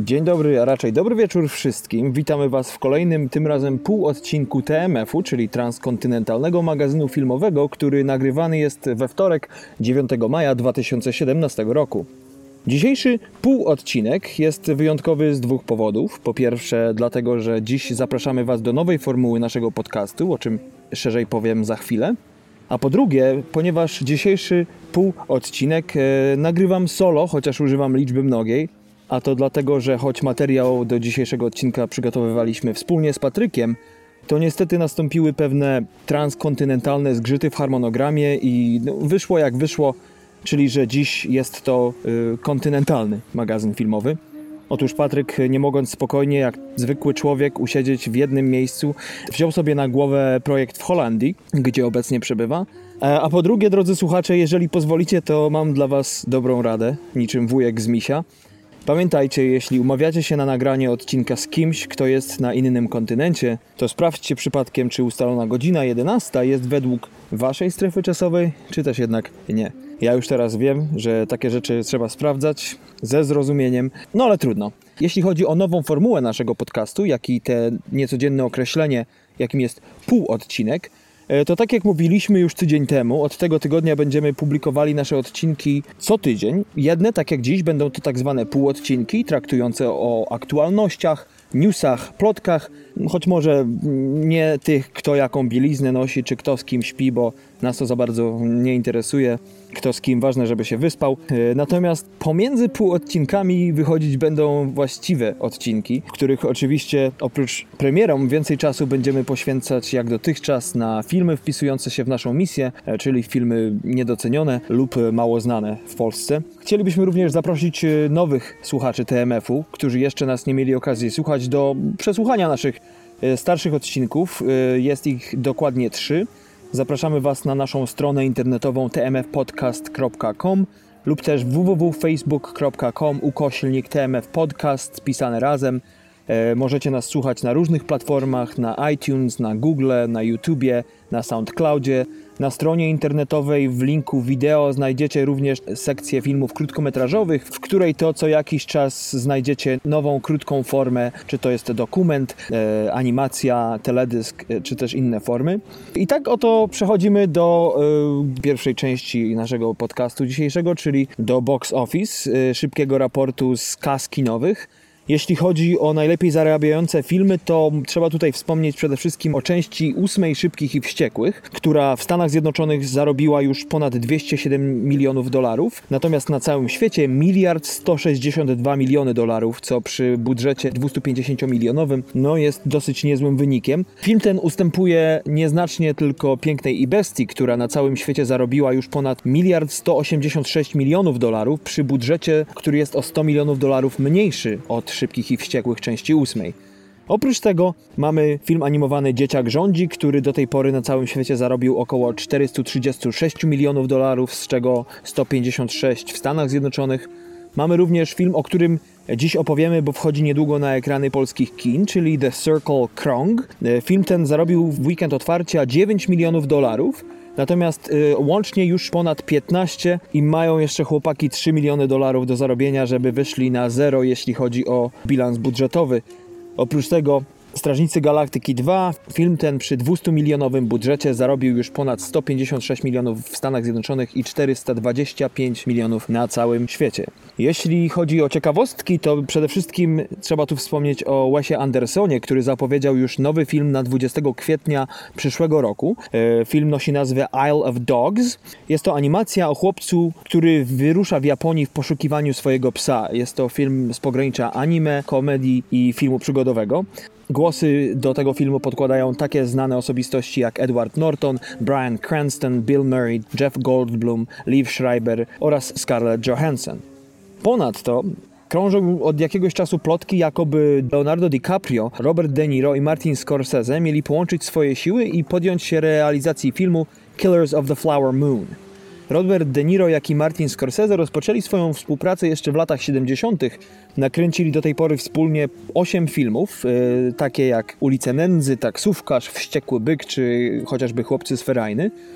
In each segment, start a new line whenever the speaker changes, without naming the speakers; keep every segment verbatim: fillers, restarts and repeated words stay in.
Dzień dobry, a raczej dobry wieczór wszystkim. Witamy Was w kolejnym, tym razem półodcinku T M F-u, czyli transkontynentalnego magazynu filmowego, który nagrywany jest we wtorek, dziewiątego maja dwa tysiące siedemnastego roku. Dzisiejszy półodcinek jest wyjątkowy z dwóch powodów. Po pierwsze dlatego, że dziś zapraszamy Was do nowej formuły naszego podcastu, o czym szerzej powiem za chwilę. A po drugie, ponieważ dzisiejszy półodcinek e, nagrywam solo, chociaż używam liczby mnogiej, a to dlatego, że choć materiał do dzisiejszego odcinka przygotowywaliśmy wspólnie z Patrykiem, to niestety nastąpiły pewne transkontynentalne zgrzyty w harmonogramie i no, wyszło jak wyszło, czyli że dziś jest to y, kontynentalny magazyn filmowy. Otóż Patryk, nie mogąc spokojnie jak zwykły człowiek usiedzieć w jednym miejscu, wziął sobie na głowę projekt w Holandii, gdzie obecnie przebywa. A po drugie, drodzy słuchacze, jeżeli pozwolicie, to mam dla Was dobrą radę, niczym wujek z misia. Pamiętajcie, jeśli umawiacie się na nagranie odcinka z kimś, kto jest na innym kontynencie, to sprawdźcie przypadkiem, czy ustalona godzina jedenasta jest według waszej strefy czasowej, czy też jednak nie. Ja już teraz wiem, że takie rzeczy trzeba sprawdzać ze zrozumieniem, no ale trudno. Jeśli chodzi o nową formułę naszego podcastu, jak i te niecodzienne określenie, jakim jest półodcinek, to tak jak mówiliśmy już tydzień temu, od tego tygodnia będziemy publikowali nasze odcinki co tydzień. Jedne, tak jak dziś, będą to tak zwane półodcinki traktujące o aktualnościach, newsach, plotkach, choć może nie tych, kto jaką bieliznę nosi, czy kto z kim śpi, bo nas to za bardzo nie interesuje, kto z kim, ważne, żeby się wyspał. Natomiast pomiędzy półodcinkami wychodzić będą właściwe odcinki, w których oczywiście oprócz premierom więcej czasu będziemy poświęcać jak dotychczas na filmy wpisujące się w naszą misję, czyli filmy niedocenione lub mało znane w Polsce. Chcielibyśmy również zaprosić nowych słuchaczy T M F-u, którzy jeszcze nas nie mieli okazji słuchać, do przesłuchania naszych starszych odcinków. Jest ich dokładnie trzy. Zapraszamy Was na naszą stronę internetową t m f podcast kropka com lub też w w w kropka facebook kropka com ukośnik T M F Podcast spisane razem. E, możecie nas słuchać na różnych platformach, na iTunes, na Google, na YouTubie, na SoundCloudzie. Na stronie internetowej w linku wideo znajdziecie również sekcję filmów krótkometrażowych, w której to co jakiś czas znajdziecie nową, krótką formę, czy to jest dokument, e, animacja, teledysk, e, czy też inne formy. I tak oto przechodzimy do e, pierwszej części naszego podcastu dzisiejszego, czyli do box office, e, szybkiego raportu z kas kinowych. Jeśli chodzi o najlepiej zarabiające filmy, to trzeba tutaj wspomnieć przede wszystkim o części ósmej Szybkich i Wściekłych, która w Stanach Zjednoczonych zarobiła już ponad dwieście siedem milionów dolarów, natomiast na całym świecie miliard sto sześćdziesiąt dwa miliony dolarów, co przy budżecie dwustupięćdziesięciomilionowym no jest dosyć niezłym wynikiem. Film ten ustępuje nieznacznie tylko Pięknej i Bestii, która na całym świecie zarobiła już ponad miliard sto osiemdziesiąt sześć milionów dolarów przy budżecie, który jest o sto milionów dolarów mniejszy od Szybkich i Wściekłych części ósmej. Oprócz tego mamy film animowany Dzieciak rządzi, który do tej pory na całym świecie zarobił około czterysta trzydzieści sześć milionów dolarów, z czego sto pięćdziesiąt sześć w Stanach Zjednoczonych. Mamy również film, o którym dziś opowiemy, bo wchodzi niedługo na ekrany polskich kin, czyli The Circle Krąg. Film ten zarobił w weekend otwarcia dziewięć milionów dolarów. Natomiast y, łącznie już ponad piętnaście i mają jeszcze chłopaki trzy miliony dolarów do zarobienia, żeby wyszli na zero, jeśli chodzi o bilans budżetowy. Oprócz tego Strażnicy Galaktyki dwa, film ten przy dwustumilionowym budżecie zarobił już ponad sto pięćdziesiąt sześć milionów w Stanach Zjednoczonych i czterysta dwadzieścia pięć milionów na całym świecie. Jeśli chodzi o ciekawostki, to przede wszystkim trzeba tu wspomnieć o Wesie Andersonie, który zapowiedział już nowy film na dwudziestego kwietnia przyszłego roku. Film nosi nazwę Isle of Dogs. Jest to animacja o chłopcu, który wyrusza w Japonii w poszukiwaniu swojego psa. Jest to film z pogranicza anime, komedii i filmu przygodowego. Głosy do tego filmu podkładają takie znane osobistości jak Edward Norton, Bryan Cranston, Bill Murray, Jeff Goldblum, Liev Schreiber oraz Scarlett Johansson. Ponadto krążą od jakiegoś czasu plotki, jakoby Leonardo DiCaprio, Robert De Niro i Martin Scorsese mieli połączyć swoje siły i podjąć się realizacji filmu Killers of the Flower Moon. Robert De Niro, jak i Martin Scorsese rozpoczęli swoją współpracę jeszcze w latach siedemdziesiątych. Nakręcili do tej pory wspólnie osiem filmów, yy, takie jak Ulice Nędzy, Taksówkarz, Wściekły byk czy chociażby Chłopcy z Ferajny.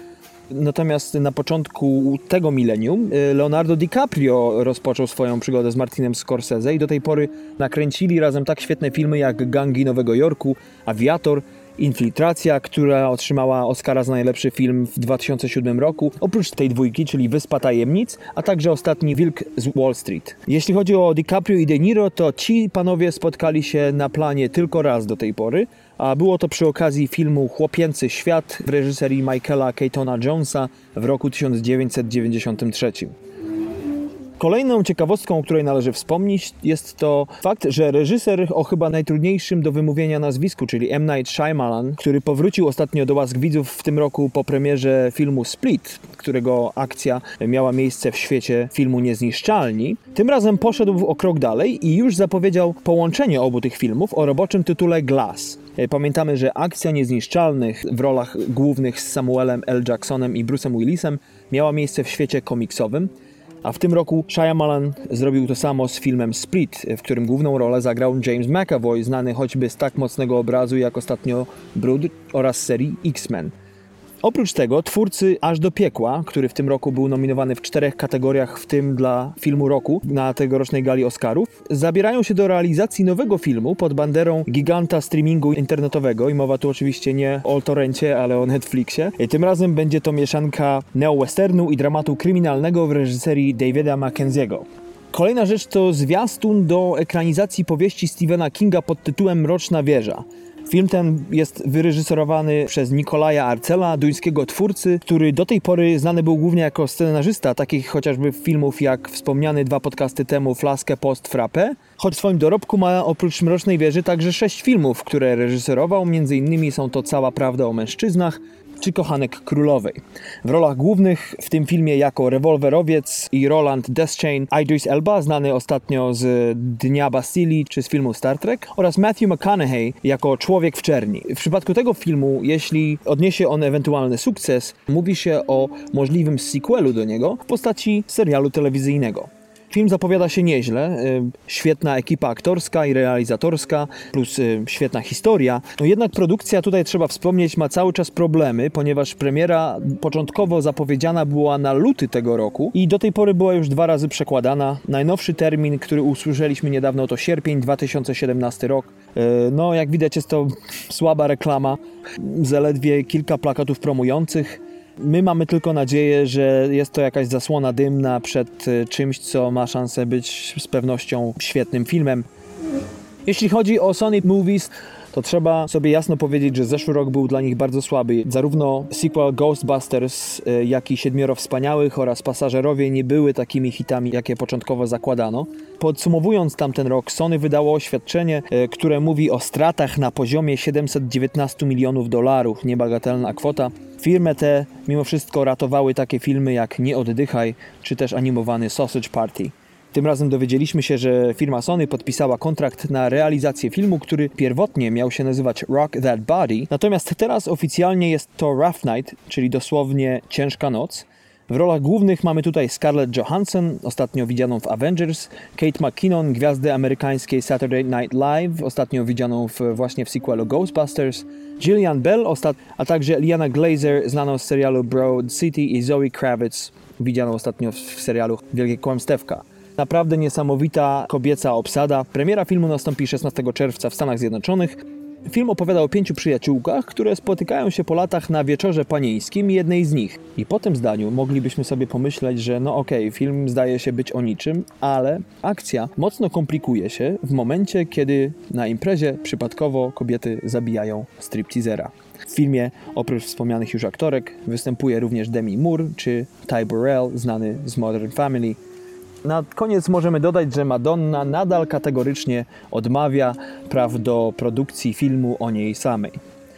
Natomiast na początku tego milenium Leonardo DiCaprio rozpoczął swoją przygodę z Martinem Scorsese i do tej pory nakręcili razem tak świetne filmy jak Gangi Nowego Jorku, Aviator, Infiltracja, która otrzymała Oscara za najlepszy film w dwa tysiące siódmym roku, oprócz tej dwójki, czyli Wyspa Tajemnic, a także ostatni Wilk z Wall Street. Jeśli chodzi o DiCaprio i De Niro, to ci panowie spotkali się na planie tylko raz do tej pory, a było to przy okazji filmu Chłopięcy świat w reżyserii Michaela Keatona Jonesa w roku tysiąc dziewięćset dziewięćdziesiątym trzecim. Kolejną ciekawostką, o której należy wspomnieć, jest to fakt, że reżyser o chyba najtrudniejszym do wymówienia nazwisku, czyli M. Night Shyamalan, który powrócił ostatnio do łask widzów w tym roku po premierze filmu Split, którego akcja miała miejsce w świecie filmu Niezniszczalni, tym razem poszedł o krok dalej i już zapowiedział połączenie obu tych filmów o roboczym tytule Glass. Pamiętamy, że akcja Niezniszczalnych w rolach głównych z Samuelem L. Jacksonem i Bruce'em Willisem miała miejsce w świecie komiksowym, a w tym roku Shyamalan zrobił to samo z filmem Split, w którym główną rolę zagrał James McAvoy, znany choćby z tak mocnego obrazu jak ostatnio Brood oraz serii X-Men. Oprócz tego twórcy Aż do piekła, który w tym roku był nominowany w czterech kategoriach, w tym dla filmu roku na tegorocznej gali Oscarów, zabierają się do realizacji nowego filmu pod banderą giganta streamingu internetowego i mowa tu oczywiście nie o torrencie, ale o Netflixie. Tym razem będzie to mieszanka neo-westernu i dramatu kryminalnego w reżyserii Davida Mackenziego. Kolejna rzecz to zwiastun do ekranizacji powieści Stephena Kinga pod tytułem Mroczna wieża. Film ten jest wyreżyserowany przez Nikolaja Arcela, duńskiego twórcy, który do tej pory znany był głównie jako scenarzysta takich chociażby filmów jak wspomniany dwa podcasty temu Flaskę Post Frappe, choć w swoim dorobku ma oprócz Mrocznej wieży także sześć filmów, które reżyserował, między innymi są to Cała prawda o mężczyznach czy Kochanek królowej. W rolach głównych w tym filmie jako rewolwerowiec i Roland Deschain Idris Elba, znany ostatnio z Dnia Bastylii czy z filmu Star Trek, oraz Matthew McConaughey jako Człowiek w czerni. W przypadku tego filmu, jeśli odniesie on ewentualny sukces, mówi się o możliwym sequelu do niego w postaci serialu telewizyjnego. Film zapowiada się nieźle, świetna ekipa aktorska i realizatorska, plus świetna historia. No jednak produkcja, tutaj trzeba wspomnieć, ma cały czas problemy, ponieważ premiera początkowo zapowiedziana była na luty tego roku i do tej pory była już dwa razy przekładana. Najnowszy termin, który usłyszeliśmy niedawno, to sierpień dwa tysiące siedemnasty rok. No jak widać jest to słaba reklama, zaledwie kilka plakatów promujących. My mamy tylko nadzieję, że jest to jakaś zasłona dymna przed czymś, co ma szansę być z pewnością świetnym filmem. Jeśli chodzi o Sony Movies, to trzeba sobie jasno powiedzieć, że zeszły rok był dla nich bardzo słaby. Zarówno sequel Ghostbusters, jak i Siedmioro Wspaniałych oraz Pasażerowie nie były takimi hitami, jakie początkowo zakładano. Podsumowując tamten rok, Sony wydało oświadczenie, które mówi o stratach na poziomie siedemset dziewiętnaście milionów dolarów, niebagatelna kwota. Firmę tę mimo wszystko ratowały takie filmy jak Nie oddychaj, czy też animowany Sausage Party. Tym razem dowiedzieliśmy się, że firma Sony podpisała kontrakt na realizację filmu, który pierwotnie miał się nazywać Rock That Body, natomiast teraz oficjalnie jest to Rough Night, czyli dosłownie Ciężka noc. W rolach głównych mamy tutaj Scarlett Johansson, ostatnio widzianą w Avengers, Kate McKinnon, gwiazdę amerykańskiej Saturday Night Live, ostatnio widzianą w, właśnie w sequelu Ghostbusters, Gillian Bell, ostat... a także Liana Glazer, znaną z serialu Broad City, i Zoe Kravitz, widzianą ostatnio w serialu Wielkie Kłamstewka. Naprawdę niesamowita kobieca obsada. Premiera filmu nastąpi szesnastego czerwca w Stanach Zjednoczonych. Film opowiada o pięciu przyjaciółkach, które spotykają się po latach na wieczorze panieńskim, jednej z nich. I po tym zdaniu moglibyśmy sobie pomyśleć, że no okej, okay, film zdaje się być o niczym, ale akcja mocno komplikuje się w momencie, kiedy na imprezie przypadkowo kobiety zabijają stripteasera. W filmie oprócz wspomnianych już aktorek występuje również Demi Moore czy Ty Burrell, znany z Modern Family. Na koniec możemy dodać, że Madonna nadal kategorycznie odmawia praw do produkcji filmu o niej samej.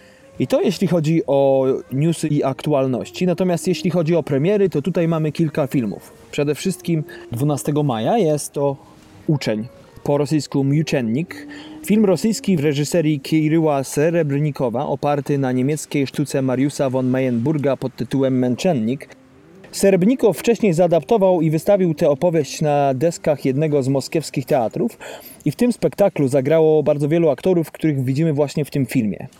I to jeśli chodzi o newsy i aktualności. Natomiast jeśli chodzi o premiery, to tutaj mamy kilka filmów. Przede wszystkim dwunastego maja jest to Uczeń, po rosyjsku Mjuczennik. Film rosyjski w reżyserii Kiryła Serebrenikowa, oparty na niemieckiej sztuce Mariusza von Meyenburga pod tytułem Męczennik. Serebnikow wcześniej zaadaptował i wystawił tę opowieść na deskach jednego z moskiewskich teatrów i w tym spektaklu zagrało bardzo wielu aktorów, których widzimy właśnie w tym filmie.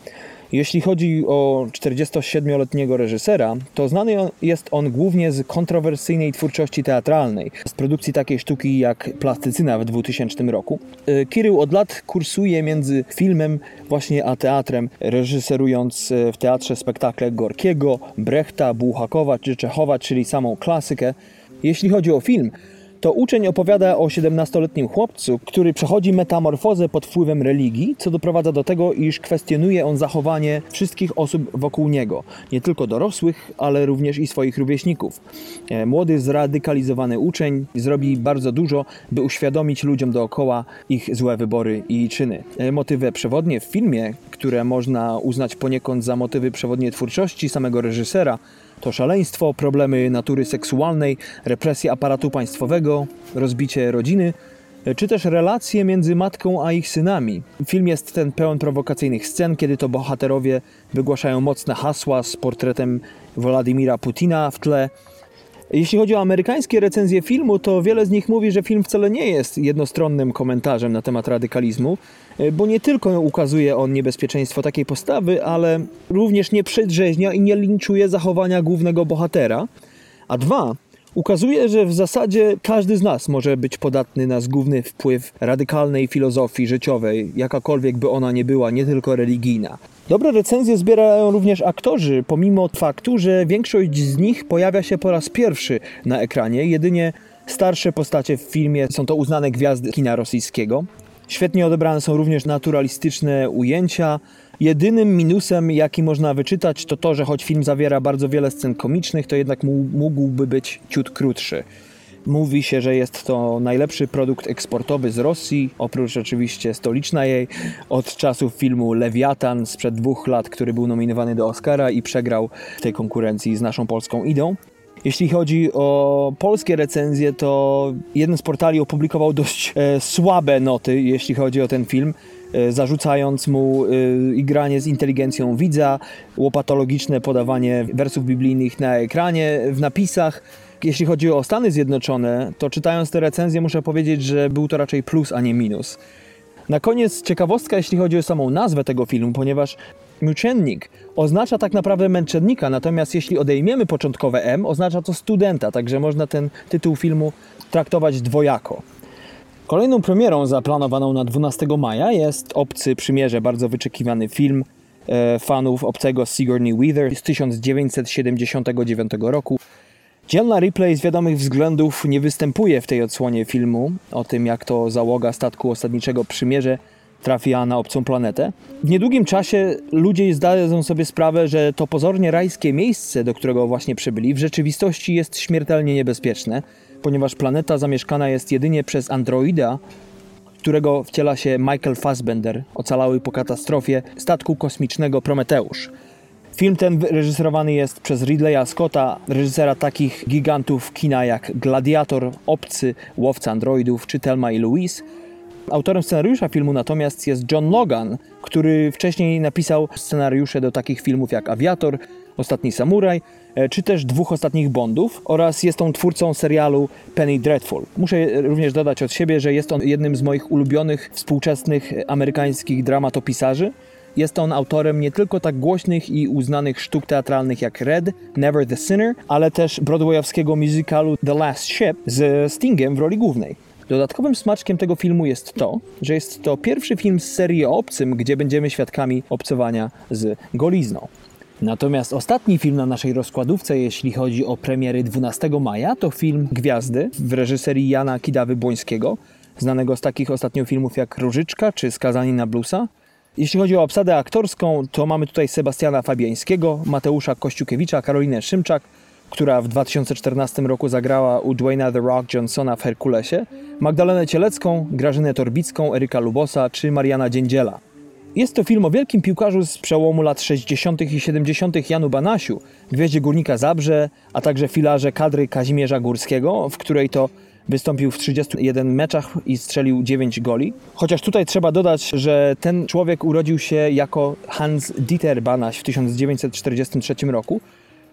Jeśli chodzi o czterdziestosiedmioletniego reżysera, to znany jest on głównie z kontrowersyjnej twórczości teatralnej, z produkcji takiej sztuki jak Plastycyna w dwutysięcznym roku. Kirył od lat kursuje między filmem właśnie a teatrem, reżyserując w teatrze spektakle Gorkiego, Brechta, Bułhakowa czy Czechowa, czyli samą klasykę. Jeśli chodzi o film, to uczeń opowiada o siedemnastoletnim chłopcu, który przechodzi metamorfozę pod wpływem religii, co doprowadza do tego, iż kwestionuje on zachowanie wszystkich osób wokół niego. Nie tylko dorosłych, ale również i swoich rówieśników. Młody, zradykalizowany uczeń zrobi bardzo dużo, by uświadomić ludziom dookoła ich złe wybory i czyny. Motywy przewodnie w filmie, które można uznać poniekąd za motywy przewodnie twórczości samego reżysera, to szaleństwo, problemy natury seksualnej, represja aparatu państwowego, rozbicie rodziny, czy też relacje między matką a ich synami. Film jest ten pełen prowokacyjnych scen, kiedy to bohaterowie wygłaszają mocne hasła z portretem Władimira Putina w tle. Jeśli chodzi o amerykańskie recenzje filmu, to wiele z nich mówi, że film wcale nie jest jednostronnym komentarzem na temat radykalizmu, bo nie tylko ukazuje on niebezpieczeństwo takiej postawy, ale również nie przedrzeźnia i nie linczuje zachowania głównego bohatera. A dwa, ukazuje, że w zasadzie każdy z nas może być podatny na zgubny wpływ radykalnej filozofii życiowej, jakakolwiek by ona nie była, nie tylko religijna. Dobre recenzje zbierają również aktorzy, pomimo faktu, że większość z nich pojawia się po raz pierwszy na ekranie. Jedynie starsze postacie w filmie są to uznane gwiazdy kina rosyjskiego. Świetnie odebrane są również naturalistyczne ujęcia. Jedynym minusem, jaki można wyczytać, to to, że choć film zawiera bardzo wiele scen komicznych, to jednak mógłby być ciut krótszy. Mówi się, że jest to najlepszy produkt eksportowy z Rosji, oprócz oczywiście stoliczna jej, od czasów filmu Lewiatan sprzed dwóch lat, który był nominowany do Oscara i przegrał w tej konkurencji z naszą polską Idą. Jeśli chodzi o polskie recenzje, to jeden z portali opublikował dość e, słabe noty, jeśli chodzi o ten film, e, zarzucając mu e, igranie z inteligencją widza, łopatologiczne podawanie wersów biblijnych na ekranie, w napisach. Jeśli chodzi o Stany Zjednoczone, to czytając te recenzje muszę powiedzieć, że był to raczej plus, a nie minus. Na koniec ciekawostka, jeśli chodzi o samą nazwę tego filmu, ponieważ Muczennik oznacza tak naprawdę męczennika, natomiast jeśli odejmiemy początkowe M, oznacza to studenta, także można ten tytuł filmu traktować dwojako. Kolejną premierą zaplanowaną na dwunastego maja jest Obcy Przymierze, bardzo wyczekiwany film e, fanów Obcego z Sigourney Weaver z tysiąc dziewięćset siedemdziesiątego dziewiątego roku. Dzielna Ripley z wiadomych względów nie występuje w tej odsłonie filmu, o tym jak to załoga statku osadniczego Przymierze trafia na obcą planetę. W niedługim czasie ludzie zdają sobie sprawę, że to pozornie rajskie miejsce, do którego właśnie przybyli, w rzeczywistości jest śmiertelnie niebezpieczne, ponieważ planeta zamieszkana jest jedynie przez androida, którego wciela się Michael Fassbender, ocalały po katastrofie statku kosmicznego Prometeusz. Film ten reżyserowany jest przez Ridleya Scotta, reżysera takich gigantów kina jak Gladiator, Obcy, Łowca Androidów czy Thelma i Louise. Autorem scenariusza filmu natomiast jest John Logan, który wcześniej napisał scenariusze do takich filmów jak Aviator, Ostatni Samuraj, czy też dwóch ostatnich Bondów oraz jest on twórcą serialu Penny Dreadful. Muszę również dodać od siebie, że jest on jednym z moich ulubionych współczesnych amerykańskich dramatopisarzy. Jest on autorem nie tylko tak głośnych i uznanych sztuk teatralnych jak Red, Never the Sinner, ale też broadwayowskiego musicalu The Last Ship z Stingiem w roli głównej. Dodatkowym smaczkiem tego filmu jest to, że jest to pierwszy film z serii o obcym, gdzie będziemy świadkami obcowania z golizną. Natomiast ostatni film na naszej rozkładówce, jeśli chodzi o premiery dwunastego maja, to film Gwiazdy w reżyserii Jana Kidawy-Błońskiego, znanego z takich ostatnio filmów jak Różyczka czy Skazani na bluesa. Jeśli chodzi o obsadę aktorską, to mamy tutaj Sebastiana Fabiańskiego, Mateusza Kościukiewicza, Karolinę Szymczak, która w dwa tysiące czternastym roku zagrała u Dwayna The Rock Johnsona w Herkulesie, Magdalenę Cielecką, Grażynę Torbicką, Eryka Lubosa czy Mariana Dziędziela. Jest to film o wielkim piłkarzu z przełomu lat sześćdziesiątych i siedemdziesiątych Janu Banasiu, gwiazdzie Górnika Zabrze, a także filarze kadry Kazimierza Górskiego, w której to wystąpił w trzydziestu jeden meczach i strzelił dziewięć goli. Chociaż tutaj trzeba dodać, że ten człowiek urodził się jako Hans Dieter Banaś w tysiąc dziewięćset czterdziestym trzecim roku.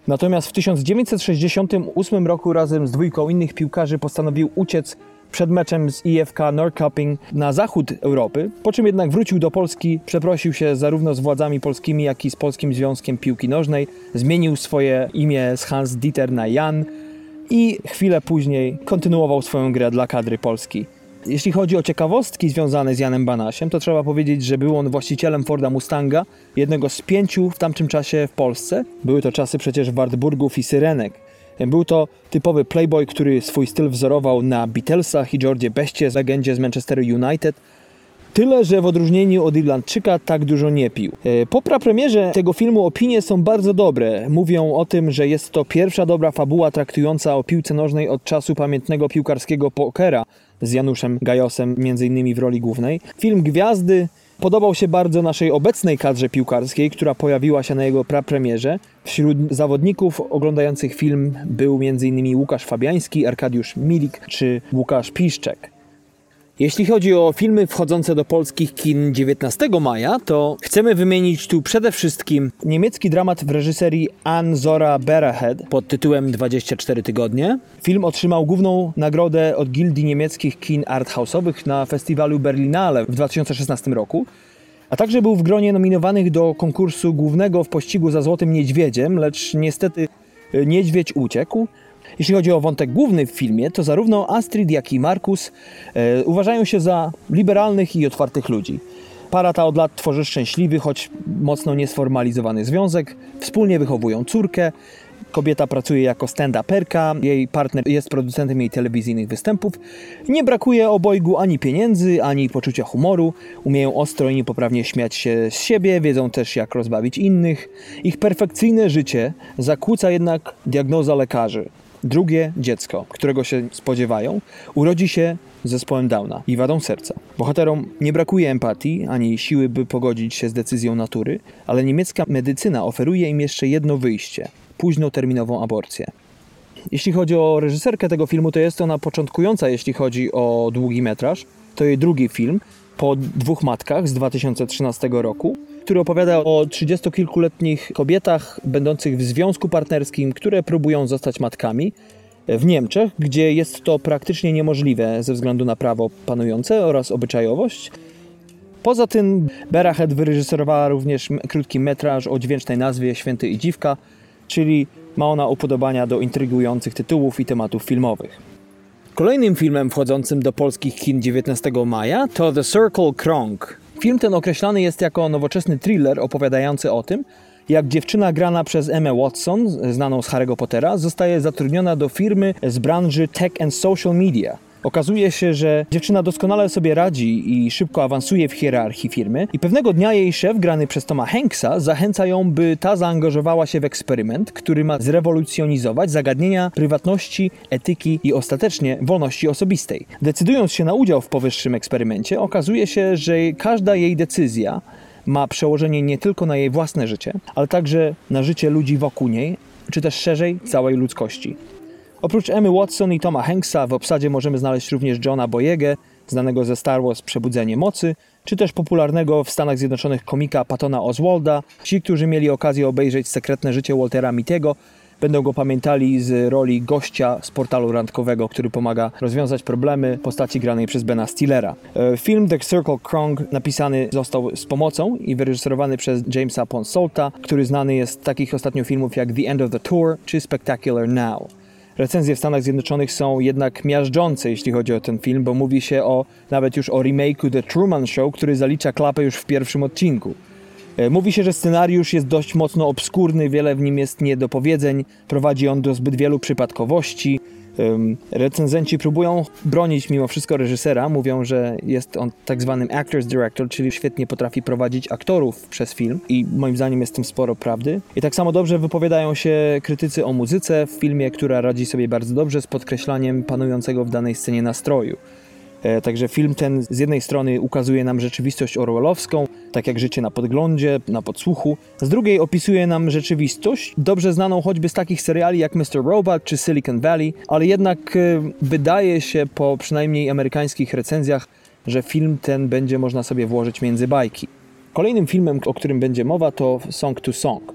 Natomiast w tysiąc dziewięćset sześćdziesiątym ósmym roku razem z dwójką innych piłkarzy postanowił uciec przed meczem z I F K Norrköping na zachód Europy, po czym jednak wrócił do Polski, przeprosił się zarówno z władzami polskimi, jak i z Polskim Związkiem Piłki Nożnej, zmienił swoje imię z Hans Dieter na Jan i chwilę później kontynuował swoją grę dla kadry Polski. Jeśli chodzi o ciekawostki związane z Janem Banasiem, to trzeba powiedzieć, że był on właścicielem Forda Mustanga, jednego z pięciu w tamtym czasie w Polsce. Były to czasy przecież Wartburgów i Syrenek. Był to typowy playboy, który swój styl wzorował na Beatlesach i Georgie Bestie, legendzie z Manchesteru United. Tyle, że w odróżnieniu od Irlandczyka tak dużo nie pił. Po prapremierze tego filmu opinie są bardzo dobre. Mówią o tym, że jest to pierwsza dobra fabuła traktująca o piłce nożnej od czasu pamiętnego piłkarskiego pokera z Januszem Gajosem, między innymi w roli głównej. Film Gwiazdy podobał się bardzo naszej obecnej kadrze piłkarskiej, która pojawiła się na jego prapremierze. Wśród zawodników oglądających film był między innymi Łukasz Fabiański, Arkadiusz Milik czy Łukasz Piszczek. Jeśli chodzi o filmy wchodzące do polskich kin dziewiętnastego maja, to chcemy wymienić tu przede wszystkim niemiecki dramat w reżyserii Anne Zora Berahed pod tytułem dwadzieścia cztery tygodnie. Film otrzymał główną nagrodę od Gildii Niemieckich Kin Arthouse'owych na festiwalu Berlinale w dwa tysiące szesnastym roku, a także był w gronie nominowanych do konkursu głównego w pościgu za Złotym Niedźwiedziem, lecz niestety niedźwiedź uciekł. Jeśli chodzi o wątek główny w filmie, to zarówno Astrid, jak i Markus e, uważają się za liberalnych i otwartych ludzi. Para ta od lat tworzy szczęśliwy, choć mocno niesformalizowany związek. Wspólnie wychowują córkę. Kobieta pracuje jako stand-uperka, jej partner jest producentem jej telewizyjnych występów. Nie brakuje obojgu ani pieniędzy, ani poczucia humoru. Umieją ostro i niepoprawnie śmiać się z siebie, wiedzą też jak rozbawić innych. Ich perfekcyjne życie zakłóca jednak diagnoza lekarzy. Drugie dziecko, którego się spodziewają, urodzi się z zespołem Downa i wadą serca. Bohaterom nie brakuje empatii, ani siły, by pogodzić się z decyzją natury, ale niemiecka medycyna oferuje im jeszcze jedno wyjście – późnoterminową aborcję. Jeśli chodzi o reżyserkę tego filmu, to jest ona początkująca, jeśli chodzi o długi metraż. To jej drugi film, po dwóch matkach z dwa tysiące trzynastego roku, który opowiada o trzydziestokilkuletnich kobietach będących w związku partnerskim, które próbują zostać matkami w Niemczech, gdzie jest to praktycznie niemożliwe ze względu na prawo panujące oraz obyczajowość. Poza tym Berahed wyreżyserowała również krótki metraż o dźwięcznej nazwie Święty i Dziwka, czyli ma ona upodobania do intrygujących tytułów i tematów filmowych. Kolejnym filmem wchodzącym do polskich kin dziewiętnastego maja to The Circle Krąg. Film ten określany jest jako nowoczesny thriller opowiadający o tym, jak dziewczyna grana przez Emmę Watson, znaną z Harry'ego Pottera, zostaje zatrudniona do firmy z branży tech and social media. Okazuje się, że dziewczyna doskonale sobie radzi i szybko awansuje w hierarchii firmy i pewnego dnia jej szef, grany przez Toma Hanksa, zachęca ją, by ta zaangażowała się w eksperyment, który ma zrewolucjonizować zagadnienia prywatności, etyki i ostatecznie wolności osobistej. Decydując się na udział w powyższym eksperymencie, okazuje się, że każda jej decyzja ma przełożenie nie tylko na jej własne życie, ale także na życie ludzi wokół niej, czy też szerzej całej ludzkości. Oprócz Emmy Watson i Toma Hanksa w obsadzie możemy znaleźć również Johna Boyegę, znanego ze Star Wars Przebudzenie Mocy, czy też popularnego w Stanach Zjednoczonych komika Pattona Oswalda. Ci, którzy mieli okazję obejrzeć Sekretne życie Waltera Mitty'ego, będą go pamiętali z roli gościa z portalu randkowego, który pomaga rozwiązać problemy postaci granej przez Bena Stillera. Film The Circle Krąg napisany został z pomocą i wyreżyserowany przez Jamesa Ponsolta, który znany jest z takich ostatnio filmów jak The End of the Tour czy Spectacular Now. Recenzje w Stanach Zjednoczonych są jednak miażdżące, jeśli chodzi o ten film, bo mówi się o nawet już o remake'u The Truman Show, który zalicza klapę już w pierwszym odcinku. Mówi się, że scenariusz jest dość mocno obskurny, wiele w nim jest niedopowiedzeń, prowadzi on do zbyt wielu przypadkowości. Recenzenci próbują bronić mimo wszystko reżysera, mówią, że jest on tak zwanym actor's director, czyli świetnie potrafi prowadzić aktorów przez film i moim zdaniem jest w tym sporo prawdy. I tak samo dobrze wypowiadają się krytycy o muzyce w filmie, która radzi sobie bardzo dobrze z podkreślaniem panującego w danej scenie nastroju. Także film ten z jednej strony ukazuje nam rzeczywistość orwellowską, tak jak Życie na podglądzie, na podsłuchu. Z drugiej opisuje nam rzeczywistość, dobrze znaną choćby z takich seriali jak mister Robot czy Silicon Valley, ale jednak wydaje się po przynajmniej amerykańskich recenzjach, że film ten będzie można sobie włożyć między bajki. Kolejnym filmem, o którym będzie mowa, to Song to Song.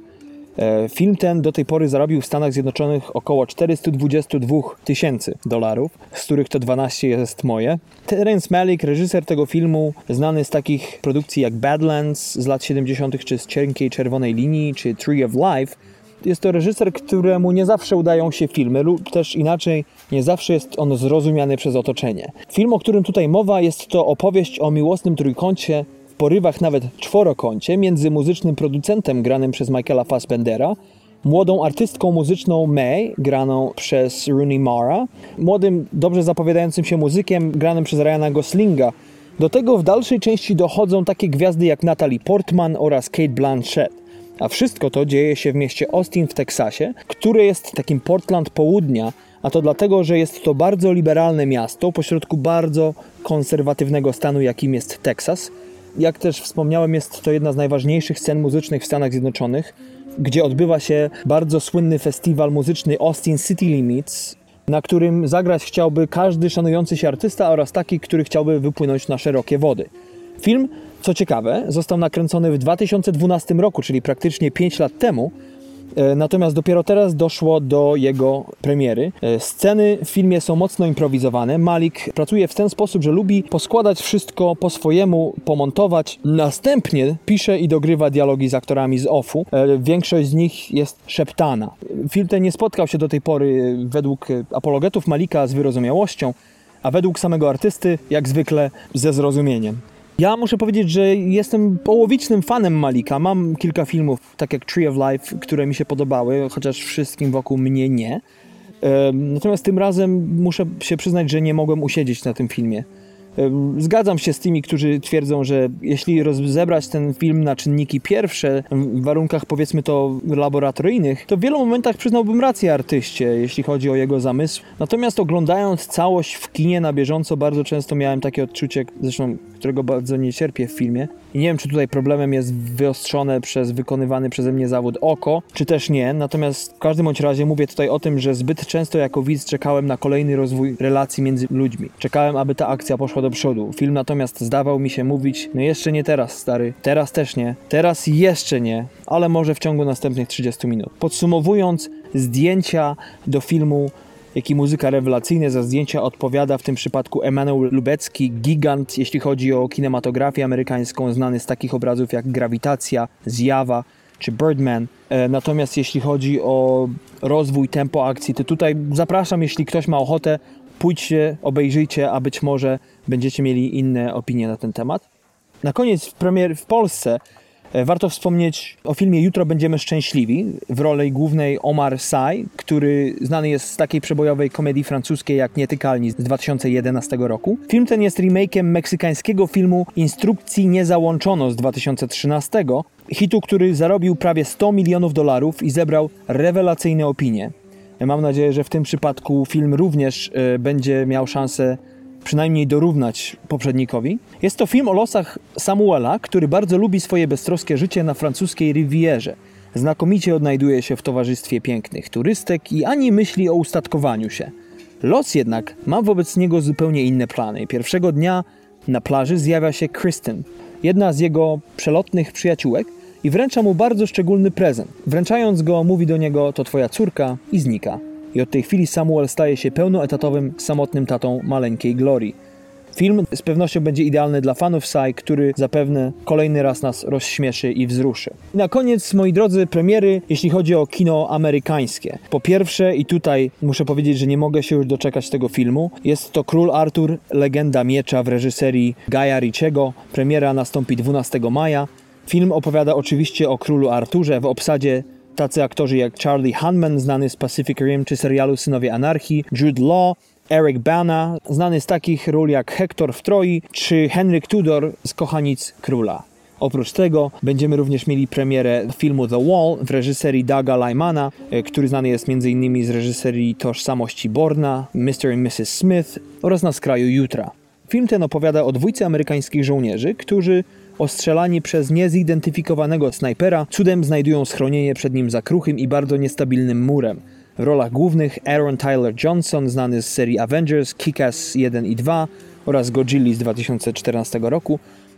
Film ten do tej pory zarobił w Stanach Zjednoczonych około czterysta dwadzieścia dwa tysięcy dolarów, z których to dwanaście jest moje. Terrence Malick, reżyser tego filmu, znany z takich produkcji jak Badlands z lat siedemdziesiątych, czy z Cienkiej Czerwonej Linii, czy Tree of Life. Jest to reżyser, któremu nie zawsze udają się filmy, lub też inaczej, nie zawsze jest on zrozumiany przez otoczenie. Film, o którym tutaj mowa, jest to opowieść o miłosnym trójkącie, w porywach nawet czworokącie, między muzycznym producentem granym przez Michaela Fassbendera, młodą artystką muzyczną May, graną przez Rooney Mara, młodym, dobrze zapowiadającym się muzykiem, granym przez Ryana Goslinga. Do tego w dalszej części dochodzą takie gwiazdy jak Natalie Portman oraz Cate Blanchett. A wszystko to dzieje się w mieście Austin w Teksasie, które jest takim Portland południa, a to dlatego, że jest to bardzo liberalne miasto pośrodku bardzo konserwatywnego stanu, jakim jest Teksas. Jak też wspomniałem, jest to jedna z najważniejszych scen muzycznych w Stanach Zjednoczonych, gdzie odbywa się bardzo słynny festiwal muzyczny Austin City Limits, na którym zagrać chciałby każdy szanujący się artysta oraz taki, który chciałby wypłynąć na szerokie wody. Film, co ciekawe, został nakręcony w dwa tysiące dwunastym roku, czyli praktycznie pięć lat temu, natomiast dopiero teraz doszło do jego premiery. Sceny w filmie są mocno improwizowane. Malick pracuje w ten sposób, że lubi poskładać wszystko po swojemu, pomontować. Następnie pisze i dogrywa dialogi z aktorami z offu. Większość z nich jest szeptana. Film ten nie spotkał się do tej pory według apologetów Malicka z wyrozumiałością, a według samego artysty, jak zwykle, ze zrozumieniem. Ja muszę powiedzieć, że jestem połowicznym fanem Malicka. Mam kilka filmów, tak jak Tree of Life, które mi się podobały, chociaż wszystkim wokół mnie nie. Natomiast tym razem muszę się przyznać, że nie mogłem usiedzieć na tym filmie. Zgadzam się z tymi, którzy twierdzą, że jeśli rozebrać ten film na czynniki pierwsze, w warunkach powiedzmy to laboratoryjnych, to w wielu momentach przyznałbym rację artyście, jeśli chodzi o jego zamysł. Natomiast oglądając całość w kinie na bieżąco, bardzo często miałem takie odczucie, zresztą którego bardzo nie cierpię w filmie. I nie wiem, czy tutaj problemem jest wyostrzone przez wykonywany przeze mnie zawód oko, czy też nie. Natomiast w każdym bądź razie mówię tutaj o tym, że zbyt często jako widz czekałem na kolejny rozwój relacji między ludźmi. Czekałem, aby ta akcja poszła do przodu. Film natomiast zdawał mi się mówić, no jeszcze nie teraz, stary, teraz też nie, teraz jeszcze nie, ale może w ciągu następnych trzydziestu minut. Podsumowując, zdjęcia do filmu, jak i muzyka rewelacyjna, za zdjęcia odpowiada w tym przypadku Emanuel Lubecki, gigant, jeśli chodzi o kinematografię amerykańską, znany z takich obrazów jak Grawitacja, Zjawa czy Birdman. E, natomiast jeśli chodzi o rozwój, tempo akcji, to tutaj zapraszam, jeśli ktoś ma ochotę, pójdźcie, obejrzyjcie, a być może będziecie mieli inne opinie na ten temat. Na koniec w premier w Polsce warto wspomnieć o filmie Jutro będziemy szczęśliwi. W roli głównej Omar Sy, który znany jest z takiej przebojowej komedii francuskiej jak Nietykalni z dwa tysiące jedenastego roku. Film ten jest remake'iem meksykańskiego filmu Instrukcji nie załączono z dwa tysiące trzynastego. Hitu, który zarobił prawie sto milionów dolarów i zebrał rewelacyjne opinie. Mam nadzieję, że w tym przypadku film również y, będzie miał szansę przynajmniej dorównać poprzednikowi. Jest to film o losach Samuela, który bardzo lubi swoje beztroskie życie na francuskiej Rivierze. Znakomicie odnajduje się w towarzystwie pięknych turystek i ani myśli o ustatkowaniu się. Los jednak ma wobec niego zupełnie inne plany. Pierwszego dnia na plaży zjawia się Kristen, jedna z jego przelotnych przyjaciółek, i wręcza mu bardzo szczególny prezent. Wręczając go, mówi do niego: to twoja córka, i znika. I od tej chwili Samuel staje się pełnoetatowym, samotnym tatą maleńkiej Glorii. Film z pewnością będzie idealny dla fanów Sy, który zapewne kolejny raz nas rozśmieszy i wzruszy. I na koniec, moi drodzy, premiery, jeśli chodzi o kino amerykańskie. Po pierwsze, i tutaj muszę powiedzieć, że nie mogę się już doczekać tego filmu, jest to Król Artur, Legenda Miecza w reżyserii Guya Ritchiego. Premiera nastąpi dwunastego maja. Film opowiada oczywiście o królu Arturze, w obsadzie tacy aktorzy jak Charlie Hunnam, znany z Pacific Rim czy serialu Synowie Anarchii, Jude Law, Eric Bana, znany z takich ról jak Hektor w Troi, czy Henryk Tudor z Kochanic Króla. Oprócz tego będziemy również mieli premierę filmu The Wall w reżyserii Douga Lymana, który znany jest między innymi z reżyserii Tożsamości Borna, mister and missus Smith oraz Na skraju jutra. Film ten opowiada o dwójce amerykańskich żołnierzy, którzy ostrzelani przez niezidentyfikowanego snajpera cudem znajdują schronienie przed nim za kruchym i bardzo niestabilnym murem. W rolach głównych Aaron Tyler Johnson, znany z serii Avengers, Kick-Ass jeden i dwa oraz Godzilli z dwa tysiące czternastego roku,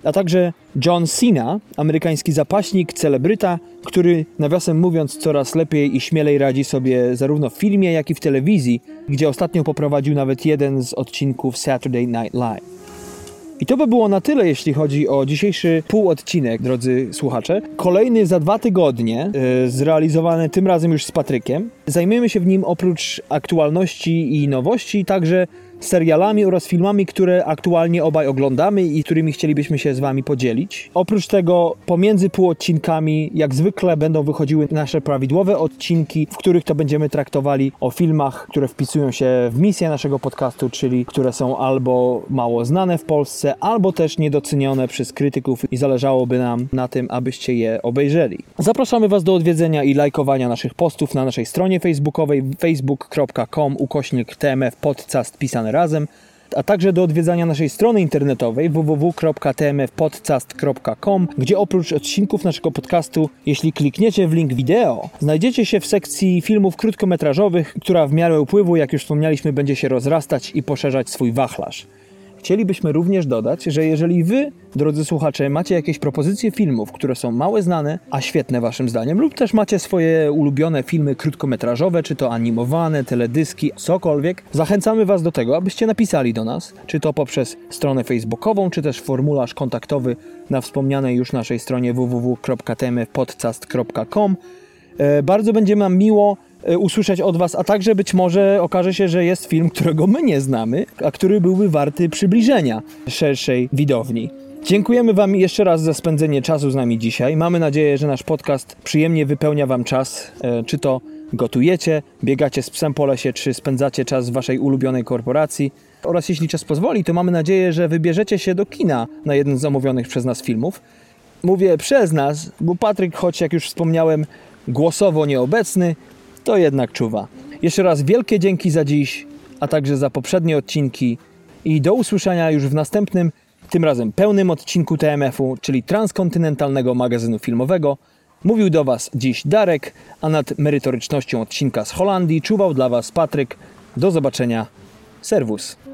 a także John Cena, amerykański zapaśnik, celebryta, który nawiasem mówiąc coraz lepiej i śmielej radzi sobie zarówno w filmie, jak i w telewizji, gdzie ostatnio poprowadził nawet jeden z odcinków Saturday Night Live. I to by było na tyle, jeśli chodzi o dzisiejszy półodcinek, drodzy słuchacze. Kolejny za dwa tygodnie, yy, zrealizowany tym razem już z Patrykiem. Zajmiemy się w nim oprócz aktualności i nowości także serialami oraz filmami, które aktualnie obaj oglądamy i którymi chcielibyśmy się z wami podzielić. Oprócz tego pomiędzy półodcinkami jak zwykle będą wychodziły nasze prawidłowe odcinki, w których to będziemy traktowali o filmach, które wpisują się w misję naszego podcastu, czyli które są albo mało znane w Polsce, albo też niedocenione przez krytyków i zależałoby nam na tym, abyście je obejrzeli. Zapraszamy was do odwiedzenia i lajkowania naszych postów na naszej stronie facebookowej facebook kropka com ukośnik tmf podcast pisane razem, a także do odwiedzania naszej strony internetowej w w w kropka t m f podcast kropka com, gdzie oprócz odcinków naszego podcastu, jeśli klikniecie w link wideo, znajdziecie się w sekcji filmów krótkometrażowych, która w miarę upływu, jak już wspomnieliśmy, będzie się rozrastać i poszerzać swój wachlarz. Chcielibyśmy również dodać, że jeżeli wy, drodzy słuchacze, macie jakieś propozycje filmów, które są mało znane, a świetne waszym zdaniem, lub też macie swoje ulubione filmy krótkometrażowe, czy to animowane, teledyski, cokolwiek, zachęcamy was do tego, abyście napisali do nas, czy to poprzez stronę facebookową, czy też formularz kontaktowy na wspomnianej już naszej stronie w w w kropka t m f podcast kropka com. E, bardzo będzie nam miło usłyszeć od was, a także być może okaże się, że jest film, którego my nie znamy, a który byłby warty przybliżenia szerszej widowni. Dziękujemy wam jeszcze raz za spędzenie czasu z nami dzisiaj. Mamy nadzieję, że nasz podcast przyjemnie wypełnia wam czas, czy to gotujecie, biegacie z psem po lesie, czy spędzacie czas w waszej ulubionej korporacji. Oraz jeśli czas pozwoli, to mamy nadzieję, że wybierzecie się do kina na jeden z omówionych przez nas filmów. Mówię przez nas, bo Patryk, choć jak już wspomniałem, głosowo nieobecny, to jednak czuwa. Jeszcze raz wielkie dzięki za dziś, a także za poprzednie odcinki i do usłyszenia już w następnym, tym razem pełnym odcinku T M F-u, czyli transkontynentalnego magazynu filmowego. Mówił do was dziś Darek, a nad merytorycznością odcinka z Holandii czuwał dla was Patryk. Do zobaczenia. Servus.